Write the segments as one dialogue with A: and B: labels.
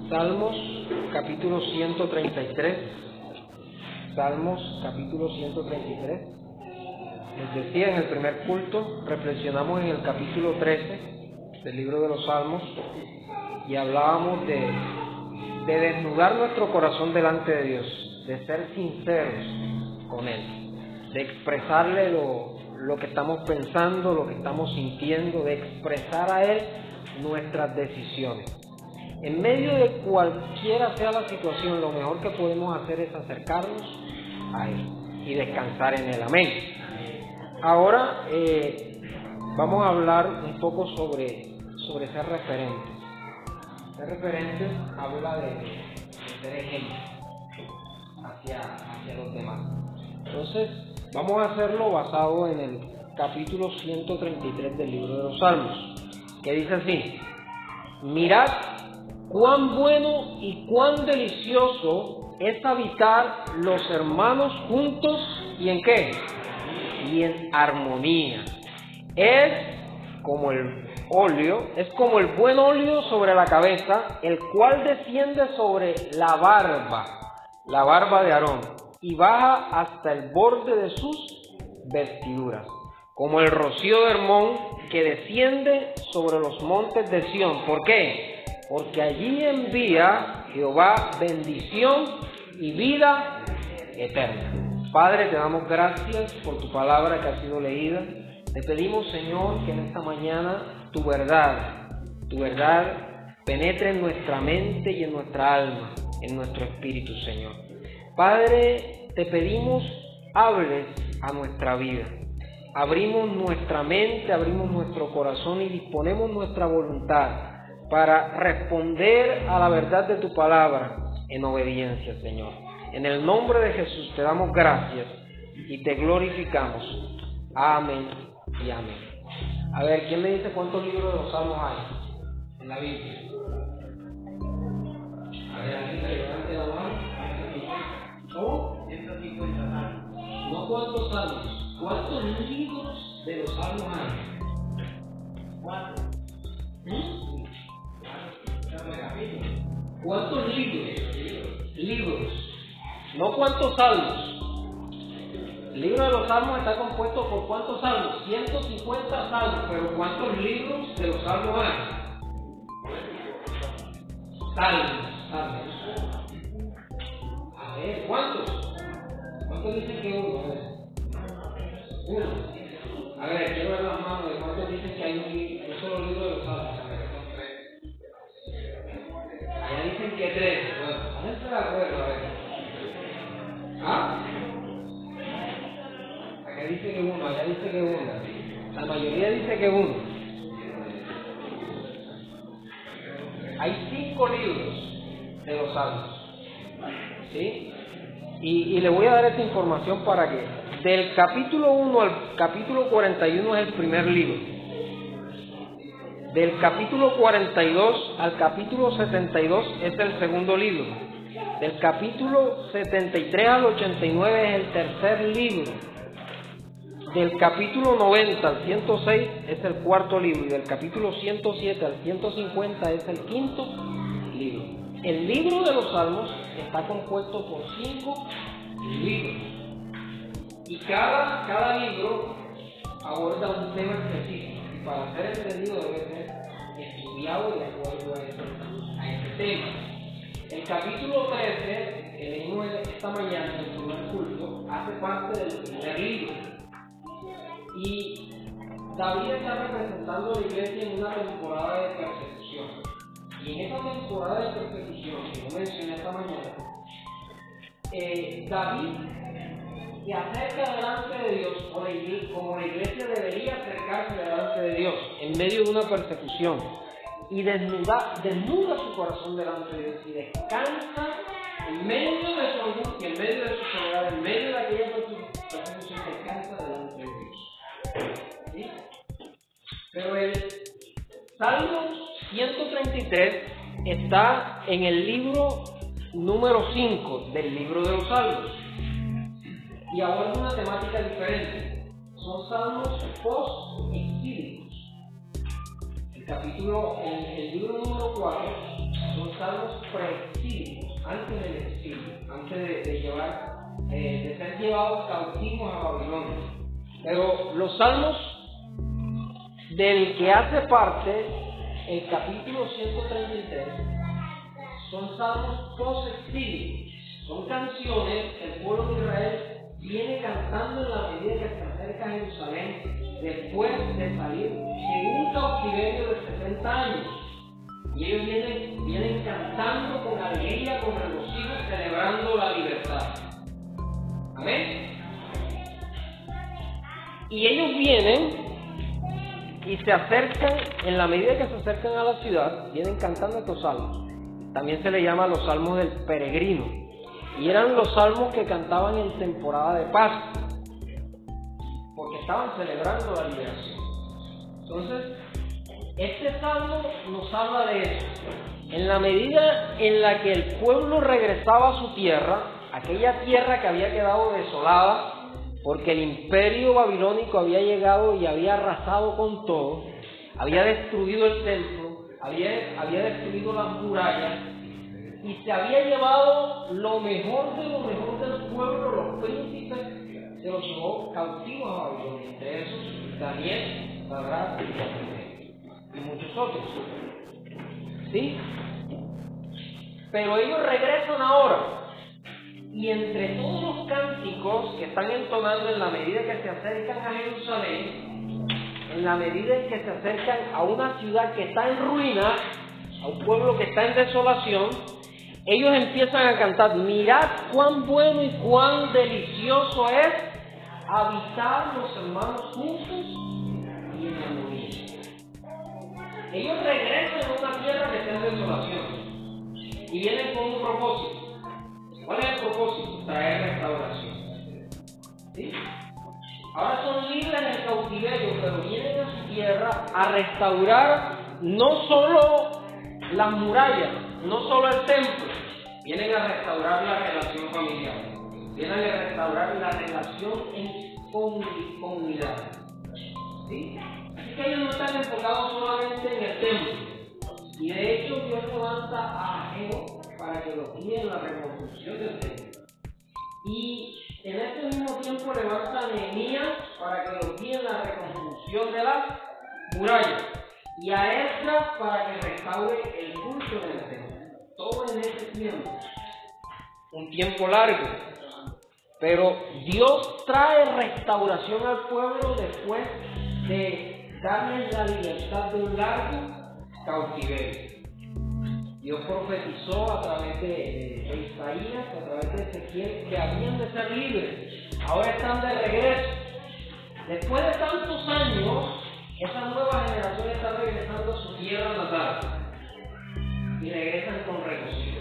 A: Salmos capítulo 133. Salmos capítulo 133. Les decía en el primer culto, reflexionamos en el capítulo 13 del libro de los Salmos y hablábamos de desnudar nuestro corazón delante de Dios, de ser sinceros con Él, de expresarle lo que estamos pensando, lo que estamos sintiendo, de expresar a Él nuestras decisiones. En medio de cualquiera sea la situación, lo mejor que podemos hacer es acercarnos a Él y descansar en Él. Amén. Ahora vamos a hablar un poco sobre ser referentes. Ser referentes habla de ser ejemplo hacia los demás. Entonces, vamos a hacerlo basado en el capítulo 133 del libro de los Salmos, que dice así: mirad cuán bueno y cuán delicioso es habitar los hermanos juntos, ¿y en qué? Y en armonía. Es como el buen óleo sobre la cabeza, el cual desciende sobre la barba de Aarón, y baja hasta el borde de sus vestiduras, como el rocío de Hermón que desciende sobre los montes de Sión. ¿Por qué? Porque allí envía Jehová bendición y vida eterna. Padre, te damos gracias por tu palabra que ha sido leída. Te pedimos, Señor, que en esta mañana tu verdad penetre en nuestra mente y en nuestra alma, en nuestro espíritu, Señor. Padre, te pedimos, hables a nuestra vida. Abrimos nuestra mente, abrimos nuestro corazón y disponemos nuestra voluntad para responder a la verdad de tu palabra en obediencia, Señor. En el nombre de Jesús te damos gracias y te glorificamos. Amén y amén. A ver, ¿quién me dice cuántos libros de los Salmos hay en la Biblia? A ver, aquí se levante la mano. ¿Cómo? 150 salmos. No cuántos salmos. ¿Cuántos libros de los Salmos hay? 4. ¿Cuántos libros? No cuántos salmos. El libro de los Salmos está compuesto por ¿cuántos salmos? 150 salmos, pero ¿cuántos libros de los Salmos hay? Salmos. A ver, ¿cuántos? ¿Cuántos dicen que uno? Uno. A ver, quiero ver las manos de cuántos dicen que hay un solo libro de los Salmos. A ver, son 3. Allá dicen que 3. Bueno, pónganse de acuerdo, a ver. ¿Ah? Acá dice que 1, allá dice que 1. La mayoría dice que 1. Hay 5 libros de los Salmos. ¿Sí? Y le voy a dar esta información para que del capítulo 1 al capítulo 41 es el primer libro. Del capítulo 42 al capítulo 72 es el segundo libro. Del capítulo 73 al 89 es el tercer libro. Del capítulo 90 al 106 es el cuarto libro. Y del capítulo 107 al 150 es el quinto libro. El libro de los Salmos está compuesto por 5 libros. Y cada libro aborda un tema específico. Y para ser entendido debe ser estudiado de acuerdo a ese tema. El capítulo 13, que leímos esta mañana en el primer culto, hace parte del primer libro. Y David está representando a la iglesia en una temporada de persecución. Y en esa temporada de persecución, que yo mencioné esta mañana, David se acerca delante de Dios como la iglesia debería acercarse delante de Dios en medio de una persecución. Y desnuda su corazón delante de Dios y descansa en medio de su angustia, en medio de su soledad, en medio de aquella persecución, descansa delante de Dios. ¿Sí? Pero el Salmo 133 está en el libro número 5 del libro de los Salmos y aborda una temática diferente. Son salmos post-exílicos. El libro número 4 son salmos preexílicos, antes del exilio, antes de ser llevados cautivos a Babilonia. Pero los salmos del que hace parte el capítulo 133 son salmos post-exílicos, son canciones que el pueblo de Israel viene cantando en la medida que se acerca a Jerusalén después de salir en un cautiverio de 70 años. Y ellos vienen cantando con alegría, con regocijo, celebrando la libertad. Amén. Y ellos vienen y se acercan, en la medida que se acercan a la ciudad, vienen cantando estos salmos. También se le llama los salmos del peregrino. Y eran los salmos que cantaban en temporada de Pascua, porque estaban celebrando la liberación. Entonces, este salmo nos habla de eso. En la medida en la que el pueblo regresaba a su tierra, aquella tierra que había quedado desolada, porque el imperio babilónico había llegado y había arrasado con todo, había destruido el templo, había destruido las murallas, y se había llevado lo mejor del pueblo, los príncipes, se los llevó cautivos a Babilonia, entre esos Daniel, Sadrach y muchos otros. ¿Sí? Pero ellos regresan ahora, y entre todos los cánticos que están entonando en la medida que se acercan a Jerusalén, en la medida en que se acercan a una ciudad que está en ruinas, a un pueblo que está en desolación, ellos empiezan a cantar: mirad cuán bueno y cuán delicioso es habitar los hermanos juntos y en armonía. Ellos regresan a una tierra que está en desolación y vienen con un propósito. ¿Cuál es el propósito? Traer restauración. ¿Sí? Ahora son libres del cautiverio, pero vienen a su tierra a restaurar no solo las murallas, no solo el templo, vienen a restaurar la relación familiar, vienen a restaurar la relación en comunidad. ¿Sí? Así que ellos no están enfocados solamente en el templo, y de hecho Dios levanta a Ageo para que los guíe en la reconstrucción del templo. Y en este mismo tiempo levanta a Nehemías para que los guíe en la reconstrucción de las murallas, y a Esdras para que restaure el culto en el templo. Todo en ese tiempo, un tiempo largo, pero Dios trae restauración al pueblo después de darles la libertad de un largo cautiverio. Dios profetizó a través de Isaías, a través de Ezequiel, que habían de ser libres. Ahora están de regreso. Después de tantos años, esa nueva generación está regresando a su tierra natal y regresan con regocijo.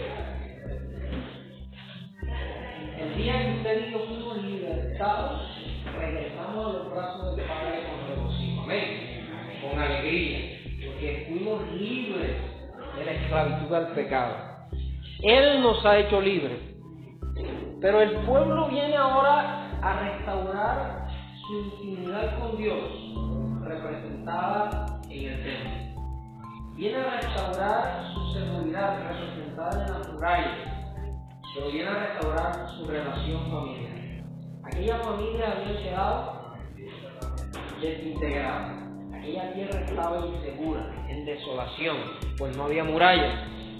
A: El día que usted y yo fuimos libertados, regresamos a los brazos del Padre con regocijo. Amén. Con alegría, porque fuimos libres de la esclavitud al pecado. Él nos ha hecho libres. Pero el pueblo viene ahora a restaurar su intimidad con Dios, representada en el templo. Viene a restaurar su seguridad, representada en las murallas, pero viene a restaurar su relación familiar. Aquella familia había quedado desintegrada. Aquella tierra estaba insegura, en desolación, pues no había murallas.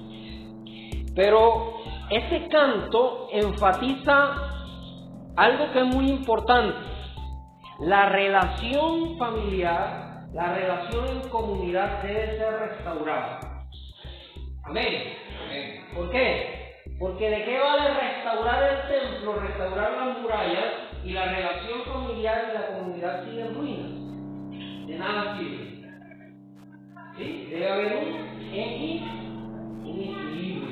A: Pero este canto enfatiza algo que es muy importante: la relación familiar, la relación en comunidad debe ser restaurada. Amén. Amén. ¿Por qué? Porque ¿de qué vale restaurar el templo, restaurar las murallas, y la relación familiar y la comunidad sigue en ruinas? De nada sirve. ¿Sí? Debe haber un equilibrio.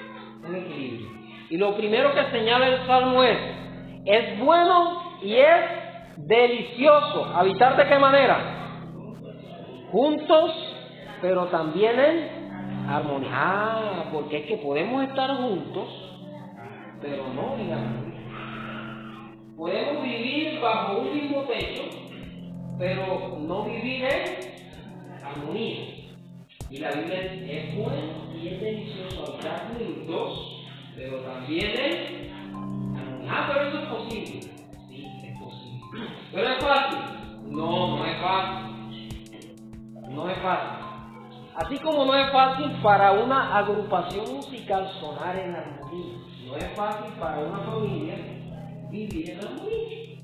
A: Y lo primero que señala el Salmo es bueno y es delicioso. ¿Habitar de qué manera? Juntos, pero también en armonía. Porque es que podemos estar juntos, pero no en armonía. Podemos vivir bajo un mismo techo, pero no vivir en armonía. Y la Biblia es bueno y es delicioso habitar juntos, pero también es... pero eso es posible. Sí, es posible. ¿Pero es fácil? No, no es fácil. No es fácil. Así como no es fácil para una agrupación musical sonar en armonía, no es fácil para una familia vivir en armonía.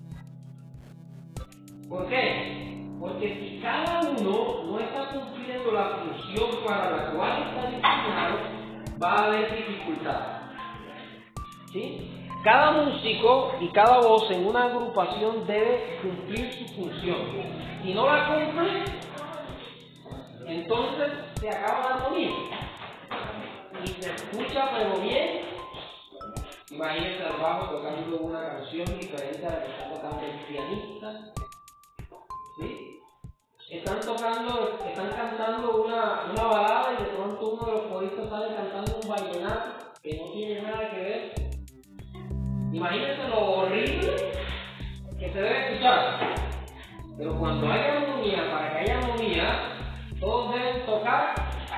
A: ¿Por qué? Porque si cada uno no está cumpliendo la función para la cual está destinado, va a haber dificultades. ¿Sí? Cada músico y cada voz en una agrupación debe cumplir su función. Si no la cumple, entonces se acaba la armonía. Y se escucha pero bien. Imagínense al bajo tocando una canción diferente a la que está tocando el pianista. ¿Sí? Están cantando una balada y de pronto uno de los coristas sale cantando un vallenato que no tiene nada que ver. Imagínense lo horrible que se debe escuchar. Pero cuando hay armonía, para que haya armonía, todos deben tocar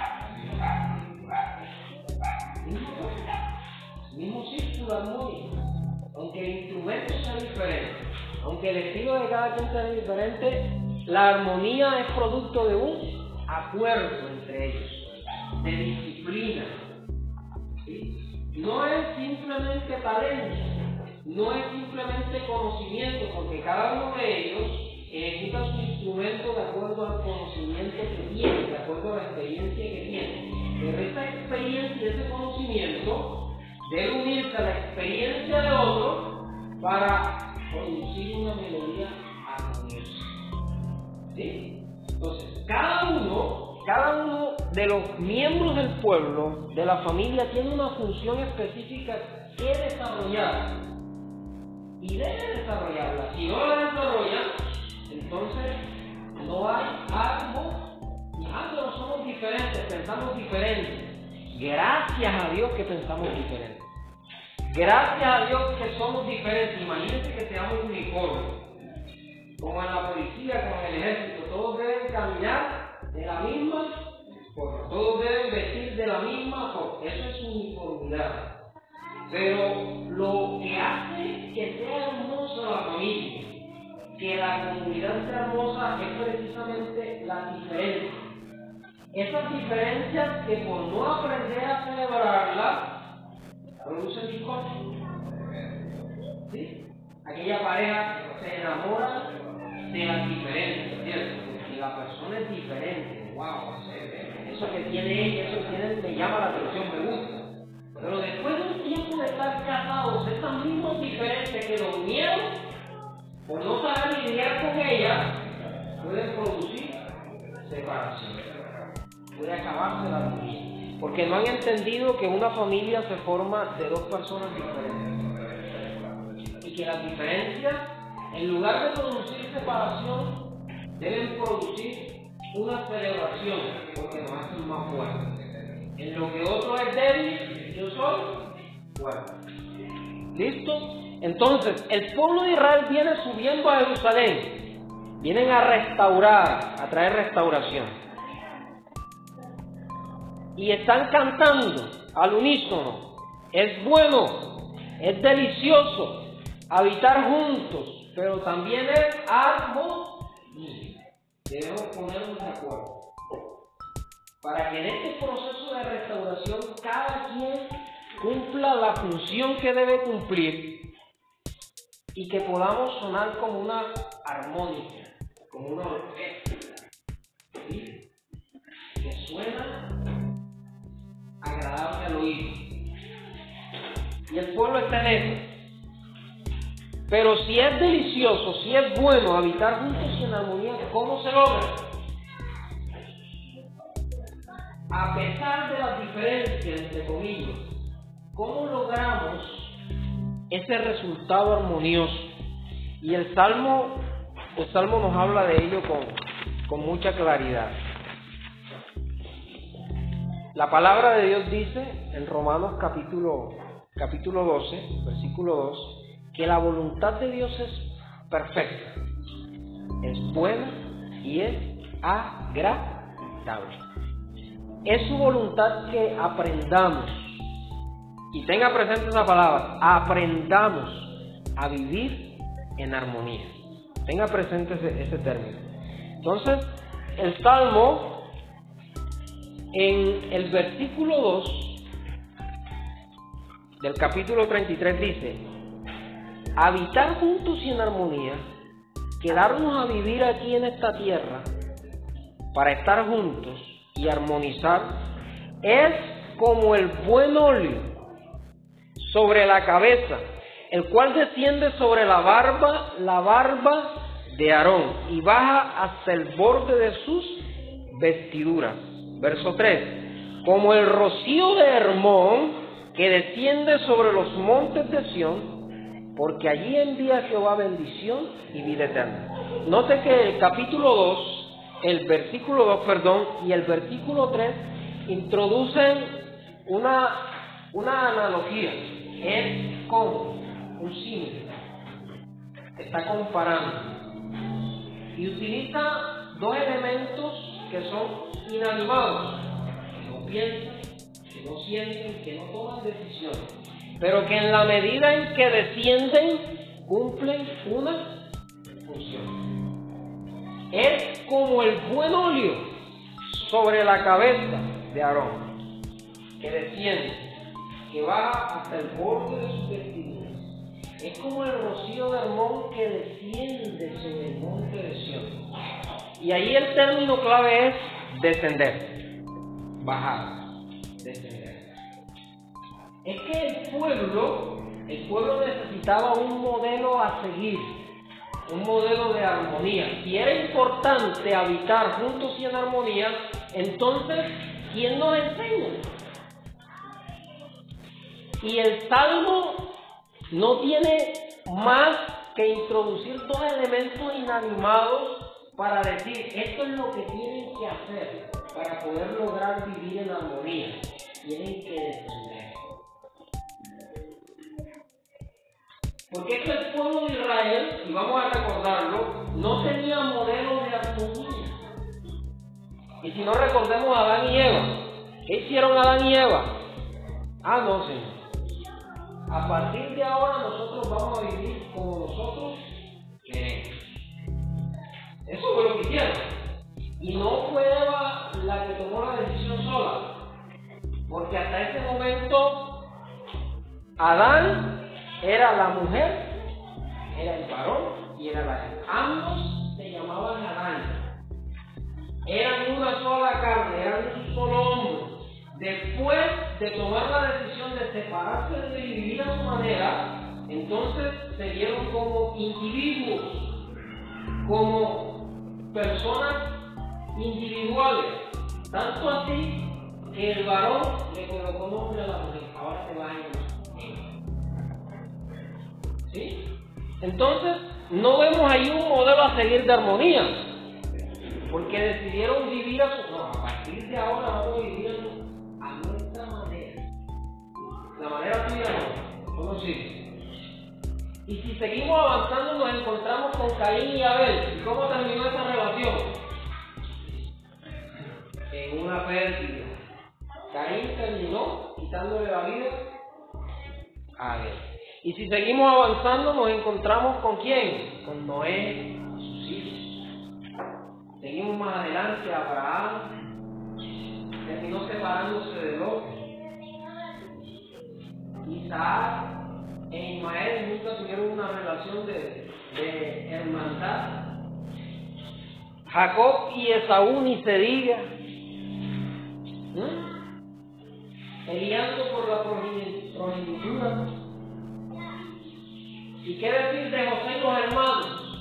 A: el mismo círculo armónico. Aunque el instrumento sea diferente, aunque el estilo de cada quien sea diferente, la armonía es producto de un acuerdo entre ellos, de disciplina. ¿Sí? No es simplemente talento, no es simplemente conocimiento, porque cada uno de ellos ejecuta su instrumento de acuerdo al conocimiento que tiene, de acuerdo a la experiencia que tiene. Pero esa experiencia y ese conocimiento debe unirse a la experiencia de otro para producir una melodía armoniosa. ¿Sí? Entonces, cada uno de los miembros del pueblo, de la familia, tiene una función específica que desarrollar y debe desarrollarla. Si no la desarrolla, entonces no hay algo, pero somos diferentes, pensamos diferentes. Gracias a Dios que pensamos diferentes. Gracias a Dios que somos diferentes. Imagínense que seamos uniformes. Como en la policía, como en el ejército, todos deben caminar de la misma forma, todos deben vestir de la misma forma. Eso es uniformidad. Pero lo que hace que sea hermosa la familia, que la comunidad sea hermosa, es precisamente la diferencia. Esas diferencias que por no aprender a celebrarlas producen discordia. ¿Sí? Aquella pareja se enamora de las diferencias, ¿cierto? Si la persona es diferente, wow, eso que tiene ella, eso que tiene él, me llama la atención, me gusta. Pero después de un tiempo de estar casados, esas mismas diferencias que los unieron, por no saber lidiar con ella, pueden producir separación. Puede acabarse la armonía. Porque no han entendido que una familia se forma de dos personas diferentes. Y que las diferencias, en lugar de producir separación, deben producir una celebración, porque nos hacen más fuertes. En lo que otro es débil, yo soy fuerte. ¿Listo? Entonces, el pueblo de Israel viene subiendo a Jerusalén. Vienen a restaurar, a traer restauración. Y están cantando al unísono. Es bueno, es delicioso habitar juntos, pero también es armonía. Debemos ponernos de acuerdo para que en este proceso de restauración cada quien cumpla la función que debe cumplir y que podamos sonar como una armónica, como una orquesta, ¿sí? Que suena agradable al oído. Y el pueblo está en eso. Pero si es delicioso, si es bueno habitar juntos y en armonía, ¿cómo se logra? A pesar de las diferencias, entre comillas, ¿cómo logramos ese resultado armonioso? Y el Salmo nos habla de ello con mucha claridad. La palabra de Dios dice en Romanos capítulo 12, versículo 2, que la voluntad de Dios es perfecta, es buena y es agradable. es su voluntad que aprendamos, y tenga presente esa palabra, aprendamos a vivir en armonía. Tenga presente ese término. Entonces, el Salmo, en el versículo 2 del capítulo 33 dice: habitar juntos y en armonía, quedarnos a vivir aquí en esta tierra para estar juntos y armonizar, es como el buen óleo sobre la cabeza, el cual desciende sobre la barba de Aarón y baja hasta el borde de sus vestiduras. Verso 3: como el rocío de Hermón que desciende sobre los montes de Sión, porque allí envía Jehová bendición y vida eterna. Note que el capítulo 2, el versículo 2, y el versículo 3 introducen una analogía. Es como un símil. Está comparando. Y utiliza dos elementos que son inanimados, que no piensan, que no sienten, que no toman decisiones, pero que en la medida en que descienden, cumplen una función. Es como el buen óleo sobre la cabeza de Aarón, que desciende, que baja hasta el borde de sus vestiduras. Es como el rocío de Hermón que desciende sobre el monte de Sión. Y ahí el término clave es descender, bajar, descender. Es que el pueblo necesitaba un modelo a seguir, un modelo de armonía. Si era importante habitar juntos y en armonía, entonces, ¿quién nos enseña? Y el Salmo no tiene más que introducir dos elementos inanimados para decir, esto es lo que tienen que hacer para poder lograr vivir en armonía. Tienen que descender. Porque es que el pueblo de Israel, y vamos a recordarlo, no tenía modelo de armonía. Y si no, recordemos a Adán y Eva. ¿Qué hicieron Adán y Eva? No, Señor. A partir de ahora nosotros vamos a vivir como nosotros queremos. Eso fue lo que hicieron. Y no fue Eva la que tomó la decisión sola. Porque hasta ese momento Adán era la mujer, era el varón y era la hembra. Ambos se llamaban Adán. Eran una sola carne, eran un solo hombre. Después de tomar la decisión de separarse de vivir a su manera, entonces se vieron como individuos, como personas individuales. Tanto así que el varón le colocó nombre a la mujer. Ahora te va a llamar. ¿Sí? Entonces, no vemos ahí un modelo a seguir de armonía, porque decidieron vivir a partir de ahora vamos a vivir a nuestra manera. La manera tuya no sirve. Y si seguimos avanzando nos encontramos con Caín y Abel. ¿Y cómo terminó esa relación? En una pérdida. Caín terminó quitándole la vida a Abel. Y si seguimos avanzando nos encontramos con ¿quién? Con Noé y sus hijos. Seguimos más adelante, Abraham terminó separándose de Lot. Isaac e Ismael nunca tuvieron una relación de hermandad. Jacob y Esaú ni se diga. Peleando por la progenitura. ¿Y qué decir de José y los hermanos?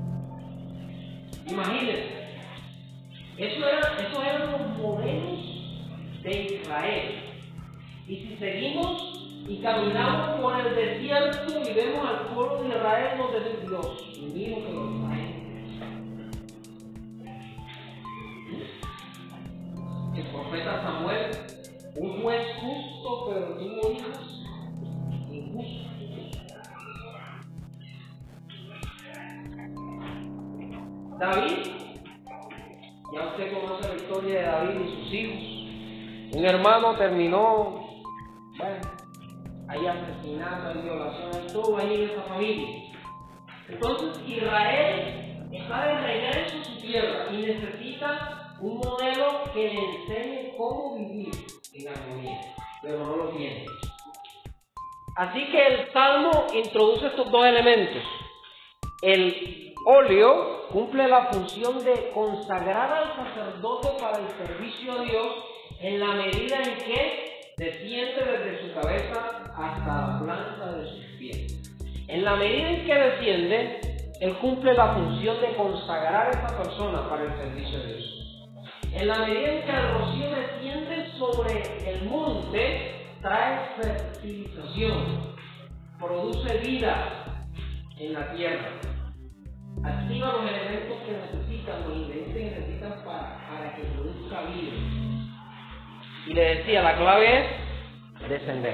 A: Imagínense. Esos eran los modelos de Israel. Y si seguimos y caminamos por el desierto y vemos al pueblo de Israel, nos decimos, Dios mío, que los israelitas. El profeta Samuel, un juez justo, pero tuvo hijos injustos. David, ya usted conoce la historia de David y sus hijos. Un hermano terminó, bueno, hay asesinato, hay violación, hay todo ahí en esa familia. Entonces Israel está de regreso a su tierra y necesita un modelo que le enseñe cómo vivir en armonía, pero no lo tiene. Así que el Salmo introduce estos dos elementos. El óleo cumple la función de consagrar al sacerdote para el servicio a Dios en la medida en que desciende desde su cabeza hasta la planta de sus pies. En la medida en que desciende, él cumple la función de consagrar a esa persona para el servicio de Dios. En la medida en que el rocío desciende sobre el monte, trae fertilización, produce vida en la tierra, activa los elementos que necesitan, los ingredientes que necesitan para que produzca vida. Y le decía, la clave es descender.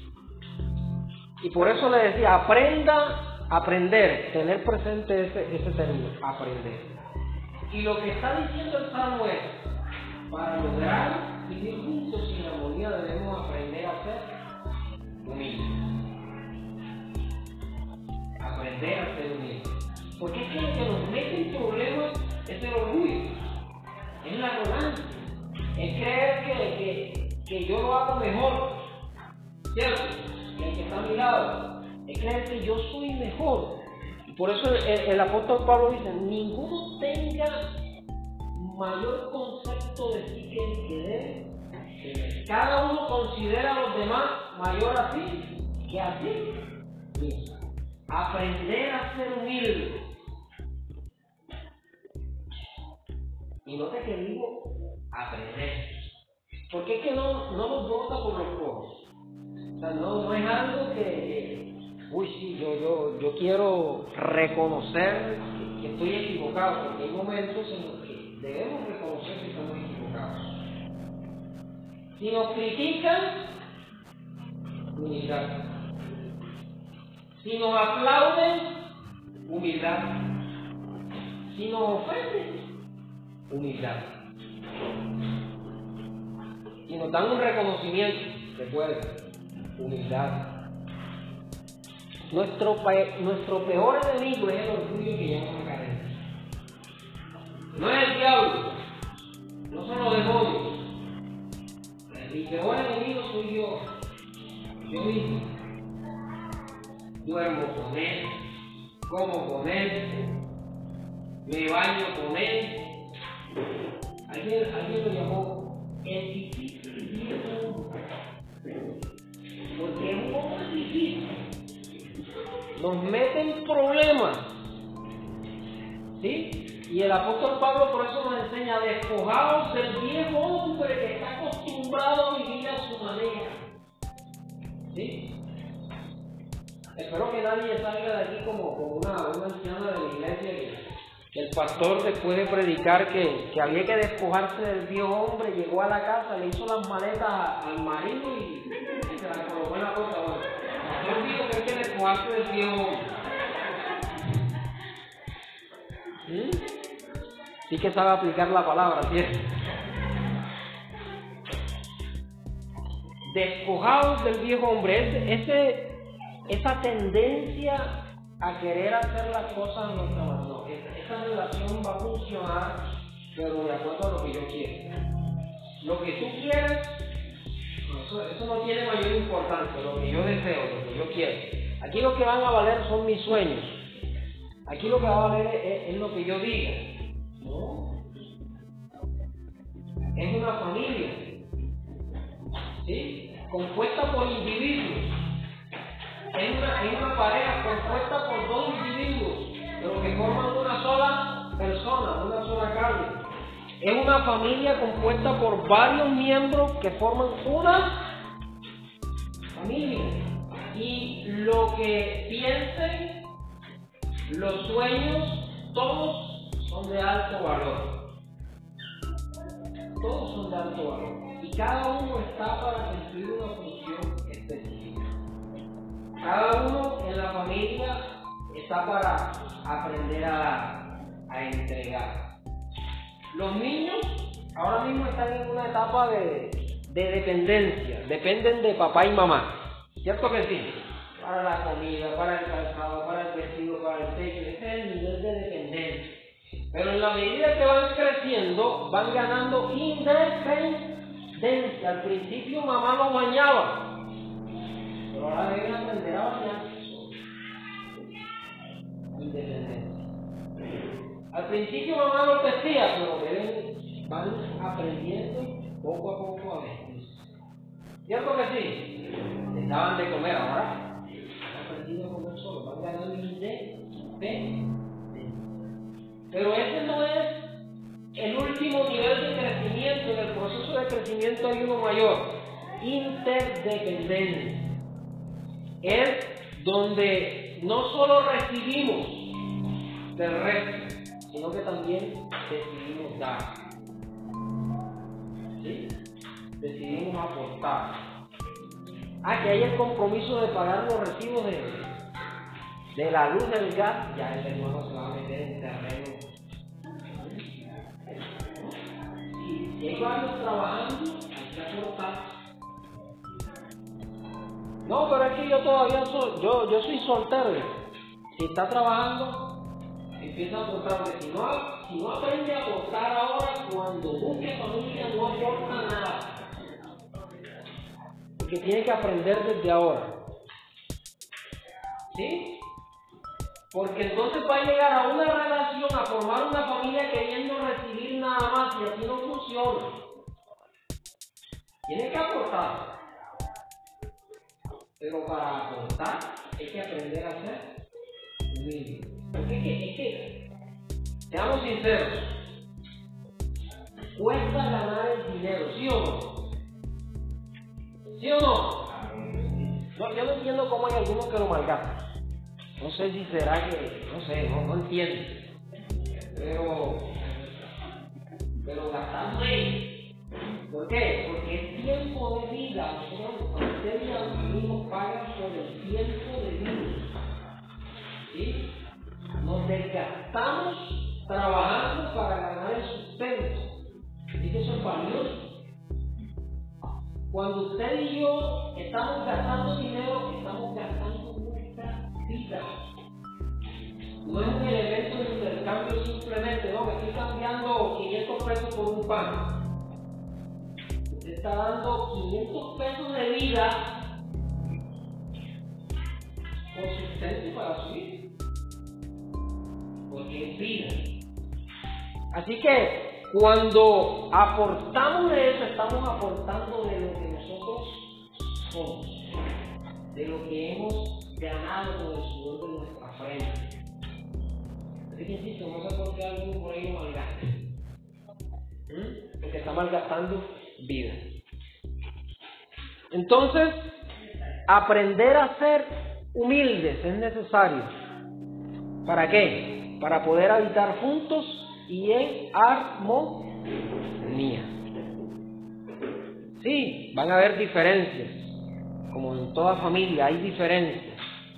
A: Y por eso le decía, aprender, tener presente ese término, aprender. Y lo que está diciendo el Salmo es, para lograr vivir juntos y en armonía debemos aprender a ser humildes. Aprender a ser humildes. Porque es que lo que nos mete en problemas es el orgullo, es la arrogancia, es creer que yo lo hago mejor, ¿cierto? Que el que está a mi lado, es creer que yo soy mejor. Y por eso el apóstol Pablo dice, ninguno tenga mayor concepto de sí que el que debe. Cada uno considera a los demás mayor a sí que a sí. Aprender a ser humilde. Y note que digo aprender. Porque es que no nos bota por los ojos. O sea, no es algo que sí, yo quiero reconocer que estoy equivocado, porque hay momentos en los que debemos reconocer que estamos equivocados. Si nos critican, humildad. Si nos aplauden, humildad. Si nos ofenden, humildad. Si nos dan un reconocimiento, después, humildad. Nuestro peor enemigo es el orgullo que llevamos a caer. No es el diablo, no son los demonios. Mi peor enemigo soy yo mismo. Duermo con él, como con él, me baño con él. Alguien lo llamó el difícil viejo, porque es un poco difícil. Nos mete en problemas, ¿sí? Y el apóstol Pablo por eso nos enseña, despojaos del viejo hombre que está acostumbrado a vivir a su manera, ¿sí? Espero que nadie salga de aquí como una anciana de la iglesia que el pastor, después de predicar que había que despojarse del viejo hombre, llegó a la casa, le hizo las maletas al marido y se las colocó en la puerta. Bueno, yo digo que hay que despojarse del viejo hombre. Sí que sabe aplicar la palabra, ¿cierto? Despojados del viejo hombre, esa tendencia a querer hacer las cosas a nuestra manera. No, esa relación va a funcionar, pero de acuerdo a lo que yo quiero. Lo que tú quieres, eso no tiene mayor importancia. Lo que yo deseo, lo que yo quiero. Aquí lo que van a valer son mis sueños. Aquí lo que va a valer es lo que yo diga. No. Es una familia, ¿sí? Compuesta por individuos. Es una pareja compuesta por dos individuos, pero que forman una sola persona, una sola carne. Es una familia compuesta por varios miembros que forman una familia. Y lo que piensen, los sueños, todos son de alto valor. Todos son de alto valor. Y cada uno está para cumplir una función específica. Cada uno en la familia está para aprender a entregar. Los niños ahora mismo están en una etapa de de dependencia, dependen de papá y mamá. ¿Cierto que sí? Para la comida, para el calzado, para el vestido, para el techo. Ese es el nivel de dependencia. Pero en la medida que van creciendo, van ganando independencia. Al principio mamá los bañaba, pero ahora deben aprender a bañar. Independencia. Al principio mamá los vestía, pero van aprendiendo poco a poco a vestirse. ¿Cierto que sí? Les daban de comer, ahora han aprendido a comer solo, van ganando independencia. Pero ese no es el último nivel de crecimiento. En el proceso de crecimiento hay uno mayor: interdependencia. Es donde no solo recibimos del resto, sino que también decidimos dar. ¿Sí? Decidimos aportar. Que hay el compromiso de pagar los recibos de la luz, del gas. Ya el hermano se va a meter en terreno. Si hay varios trabajando, hay que aportar. No, pero es que yo todavía yo soy soltero. Si está trabajando, empieza a aportar. Porque si no aprende a aportar ahora, cuando busque familia no aporta nada. Porque tiene que aprender desde ahora. ¿Sí? Porque entonces va a llegar a una relación, a formar una familia queriendo recibir nada más, y así no funciona. Tiene que aportar. Pero para aportar hay que aprender a ser humilde. Porque es que, seamos sinceros, cuesta ganar el dinero, ¿sí o no? ¿Sí o no? Yo no entiendo cómo hay algunos que lo malgastan. No sé si será que, no sé, no entiendo. Pero gastamos ahí. ¿Por qué? Porque es tiempo de vida. Nosotros, usted y a mí nos pagan por el tiempo de vida. ¿Sí? Nos desgastamos trabajando para ganar el sustento. Así que eso es valioso. Cuando usted y yo estamos gastando dinero, estamos gastando nuestra vida. No es un elemento de intercambio simplemente, no, me estoy cambiando 500 pesos por un pan. Usted está dando 500 pesos de vida por sustento para su vida. Porque es vida. Así que cuando aportamos de eso, estamos aportando de lo que nosotros somos, de lo que hemos ganado con el sudor de nuestra frente. Así que insisto, no sé por qué alguien por ahí malgasta. Porque está malgastando vida. Entonces, aprender a ser humildes es necesario. ¿Para qué? Para poder habitar juntos y en armonía. Sí, van a haber diferencias, como en toda familia hay diferencias,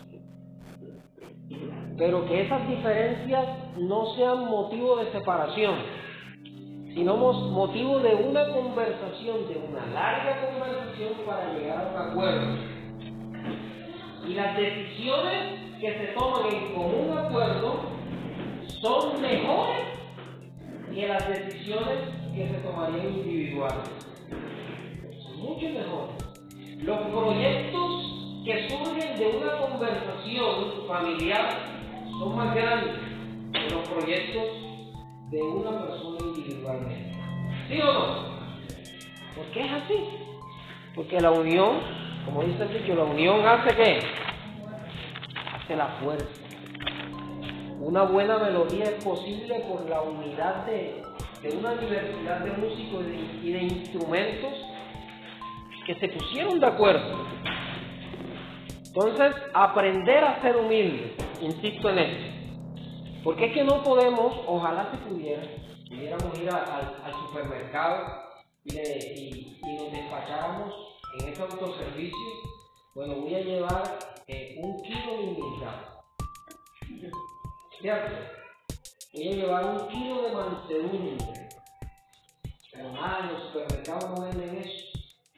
A: pero que esas diferencias no sean motivo de separación, sino motivo de una conversación, de una larga conversación para llegar a un acuerdo. Y las decisiones que se toman en común acuerdo son mejores que las decisiones que se tomarían individuales. Son mucho mejores. Los proyectos que surgen de una conversación familiar son más grandes que los proyectos de una persona individualmente. ¿Sí o no? ¿Por qué es así? Porque la unión, como dice el dicho, la unión hace ¿qué? Hace la fuerza. Una buena melodía es posible por la unidad de una diversidad de músicos y de instrumentos que se pusieron de acuerdo. Entonces, aprender a ser humilde, insisto en esto. Porque es que no podemos, ojalá se pudiéramos ir al supermercado y nos despacháramos en ese autoservicio. Bueno, voy a llevar 1 kilo de humildad. ¿Cierto? Voy a llevar 1 kilo de mansedumbre. Pero nada, en los supermercados no venden eso.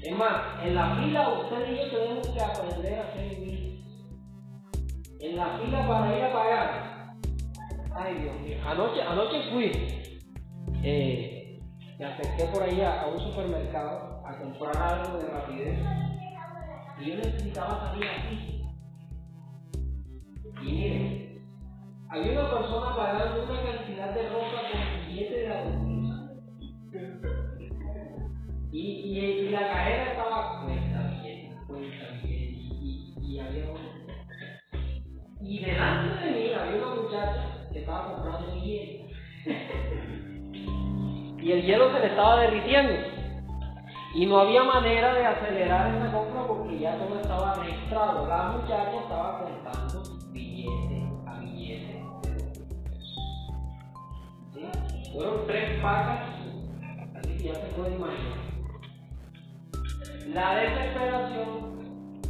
A: Es más, en la fila usted y yo tenemos que aprender a ser humildes. En la fila para ir a pagar. Ay, Dios mío. Anoche fui. Me acerqué por ahí a un supermercado a comprar algo de rapidez. Y yo necesitaba salir así. Y miren, había una persona pagando una cantidad de ropa con billete de adultos. Y la cajera estaba cuenta billete. Y había uno. Y delante de mí había una muchacha que estaba comprando hielo. Y el hielo se le estaba derritiendo. Y no había manera de acelerar esa compra porque ya todo estaba registrado. La muchacha estaba contando billete a billete de 2 pesos. ¿Sí? Fueron 3 pacas, así que ya se puede imaginar. La desesperación.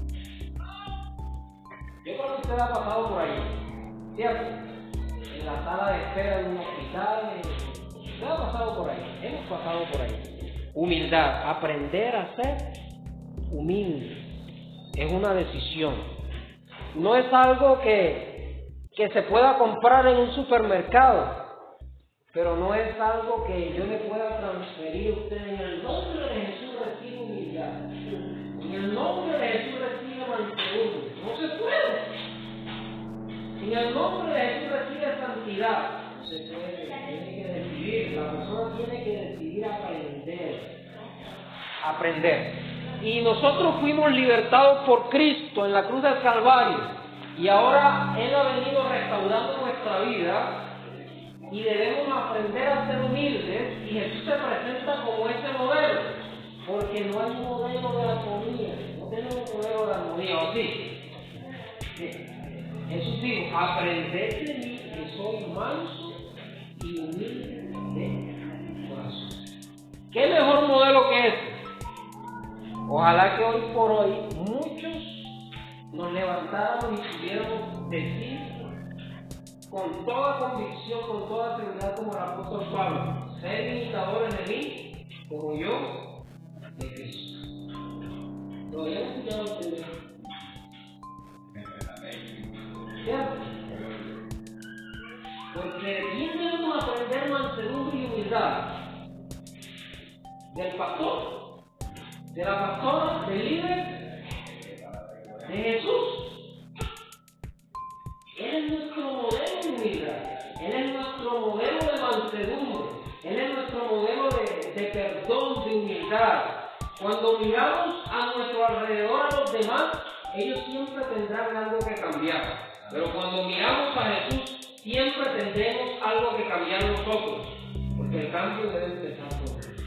A: Yo creo que usted ha pasado por ahí, ¿cierto? En la sala de espera de un hospital. Usted ha pasado por ahí, hemos pasado por ahí. Humildad, aprender a ser humilde, es una decisión. No es algo que se pueda comprar en un supermercado, pero no es algo que yo le pueda transferir a usted. En el nombre de Jesús recibe humildad, en el nombre de Jesús recibe mansedumbre. No se puede. En el nombre de Jesús recibe santidad. No se puede. Tiene que decidir. La persona tiene que decidir aprender. Y nosotros fuimos libertados por Cristo en la cruz del Calvario. Y ahora Él ha venido restaurando nuestra vida. Y debemos aprender a ser humildes. Y Jesús se presenta como ese modelo. Porque no hay un modelo de armonía. No tenemos un modelo de armonía, ¿o sí? Jesús dijo: aprended de mí, que soy manso y humilde de corazón. ¿Qué mejor modelo que este? Ojalá que hoy por hoy muchos nos levantáramos y pudiéramos decir con toda convicción, con toda seguridad, como el apóstol Pablo: ser imitadores de mí, como yo de Cristo. ¿Lo habían escuchado ustedes? ¿Cierto? Porque bien debemos aprender mansedumbre y humildad del pastor, de la pastora, del líder, de Jesús. Él es nuestro modelo de humildad, Él es nuestro modelo de mansedumbre, Él es nuestro modelo de perdón, de humildad. Cuando miramos a nuestro alrededor a los demás, ellos siempre tendrán algo que cambiar. Pero cuando miramos a Jesús, siempre tendremos algo que cambiar nosotros. Porque el cambio debe empezar por Él.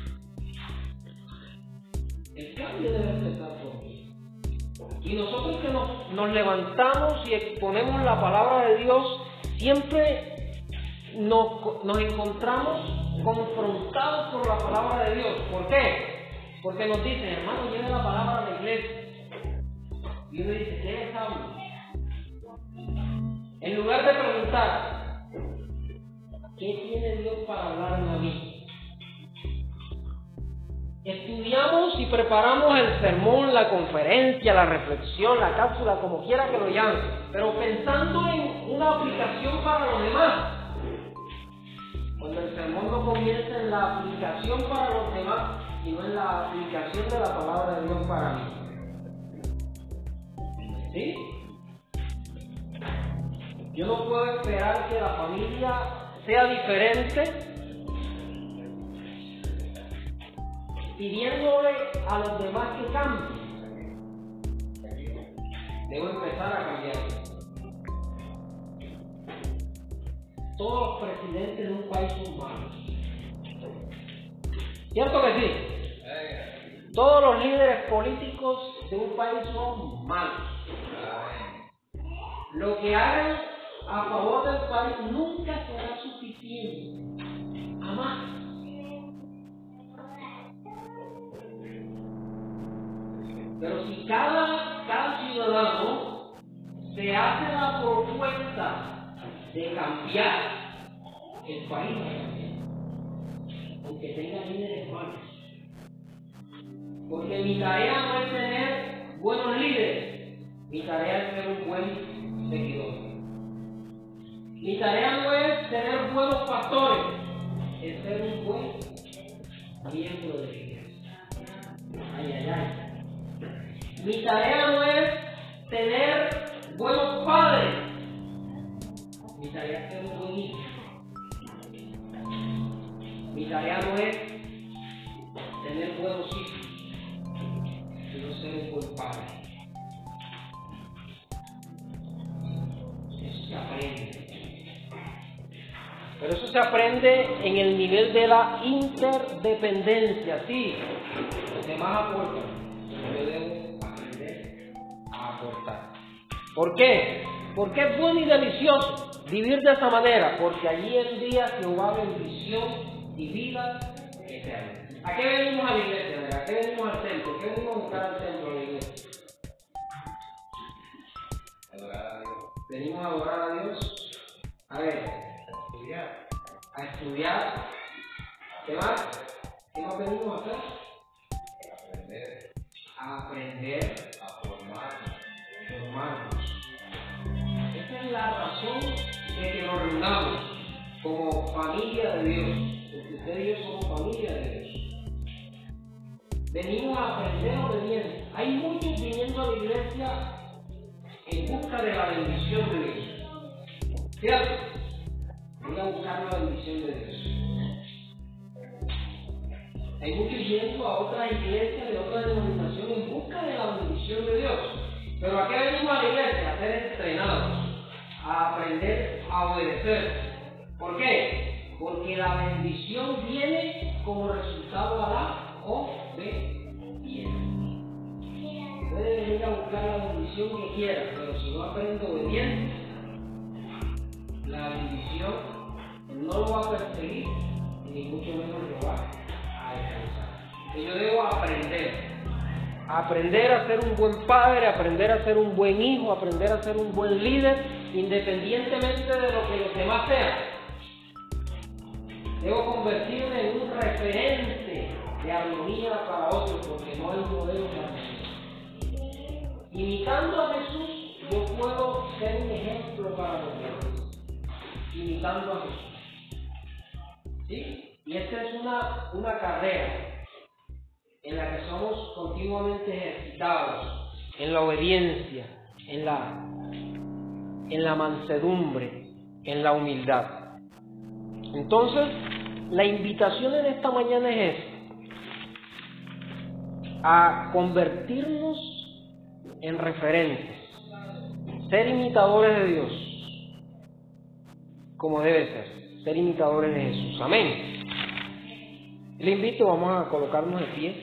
A: El cambio debe empezar por Él. Y nosotros que nos levantamos y exponemos la palabra de Dios, siempre nos encontramos confrontados por la palabra de Dios. ¿Por qué? Porque nos dicen: hermano, lleve la palabra a la iglesia. Y uno dice: ¿qué les hablo? En lugar de preguntar: ¿qué tiene Dios para hablarme a mí? Estudiamos y preparamos el sermón, la conferencia, la reflexión, la cápsula, como quiera que lo llamen, pero pensando en una aplicación para los demás. Cuando el sermón no comienza en la aplicación para los demás, sino en la aplicación de la palabra de Dios para mí. ¿Sí? Yo no puedo esperar que la familia sea diferente pidiéndole a los demás que cambien. Debo empezar a cambiar. Todos los presidentes de un país son malos. ¿Cierto que sí? Todos los líderes políticos de un país son malos. Lo que hagan a favor del país nunca será suficiente. Jamás. Pero si cada ciudadano se hace la propuesta de cambiar, el país va a cambiar. Aunque tenga líderes malos. Porque mi tarea no es tener buenos líderes, mi tarea es ser un buen seguidor. Mi tarea no es tener buenos pastores, es ser un buen miembro de la iglesia. Ay, ay, ay. Mi tarea no es tener buenos padres, mi tarea es ser un buen hijo. Mi tarea no es tener buenos hijos, sino ser un buen padre. Eso se aprende. Pero eso se aprende en el nivel de la interdependencia. Sí, los demás aportan, pero yo debo aprender a aportar. ¿Por qué? Porque es bueno y delicioso vivir de esa manera, porque allí envía Jehová bendición y vida eterna. ¿A qué venimos a la iglesia? ¿A qué venimos al templo? ¿Qué venimos a buscar al templo de la iglesia? Adorar a Dios. Venimos a adorar a Dios. A ver, a estudiar. ¿Qué más? ¿Qué más venimos a hacer? A aprender, a formarnos. Esa es la razón de que nos reunamos como familia de Dios. Porque ustedes y yo somos familia de Dios. Venimos a aprender obediencia. Hay muchos viniendo a la iglesia en busca de la bendición de Dios. ¿Cierto? Venga a buscar la bendición de Dios. Hay muchos yendo a otras iglesias de otras denominaciones en busca de la bendición de Dios. Pero ¿a qué venimos a la iglesia? A ser entrenados, a aprender a obedecer. ¿Por qué? Porque la bendición viene como resultado a la obediencia. Puede venir a buscar la bendición que quiera, pero si no aprende obediencia, la bendición no lo va a perseguir, ni mucho menos lo va a alcanzar. Y yo debo aprender a ser un buen padre, aprender a ser un buen hijo, aprender a ser un buen líder, independientemente de lo que los demás sean. Debo convertirme en un referente de armonía para otros, porque no hay modelo de armonía. Imitando a Jesús, yo puedo ser un ejemplo para los demás. Imitando a Jesús. ¿Sí? Y esta es una carrera en la que somos continuamente ejercitados, en la obediencia, en la mansedumbre, en la humildad. Entonces, la invitación en esta mañana es a convertirnos en referentes, ser imitadores de Dios, como debe ser imitadores de Jesús. Amén. Le invito, vamos a colocarnos de pie.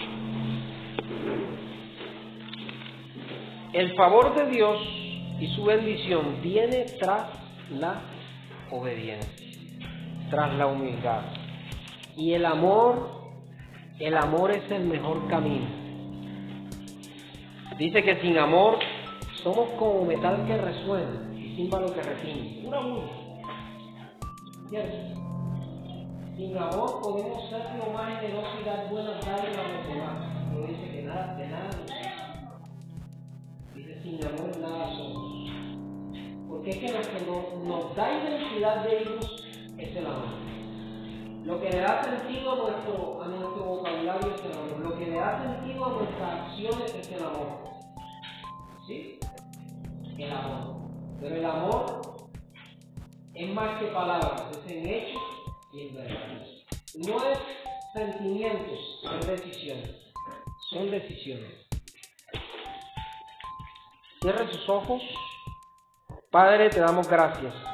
A: El favor de Dios y su bendición viene tras la obediencia, tras la humildad. Y el amor es el mejor camino. Dice que sin amor somos como metal que resuena y címbalo que retiñe. Pura bulla. ¿Cierto? Sin amor podemos ser lo más generosos y dar buenas dádivas a los demás. Pero dice que nada, de nada nos sirve. Dice, sin amor nada somos. Porque es que lo que nos da identidad de ellos es el amor. Lo que le da sentido a nuestro vocabulario es el amor. Lo que le da sentido a nuestras acciones es el amor. ¿Sí? El amor. Pero el amor es más que palabras, es en hechos y en verdades. No es sentimientos, son decisiones. Son decisiones. Cierre sus ojos. Padre, te damos gracias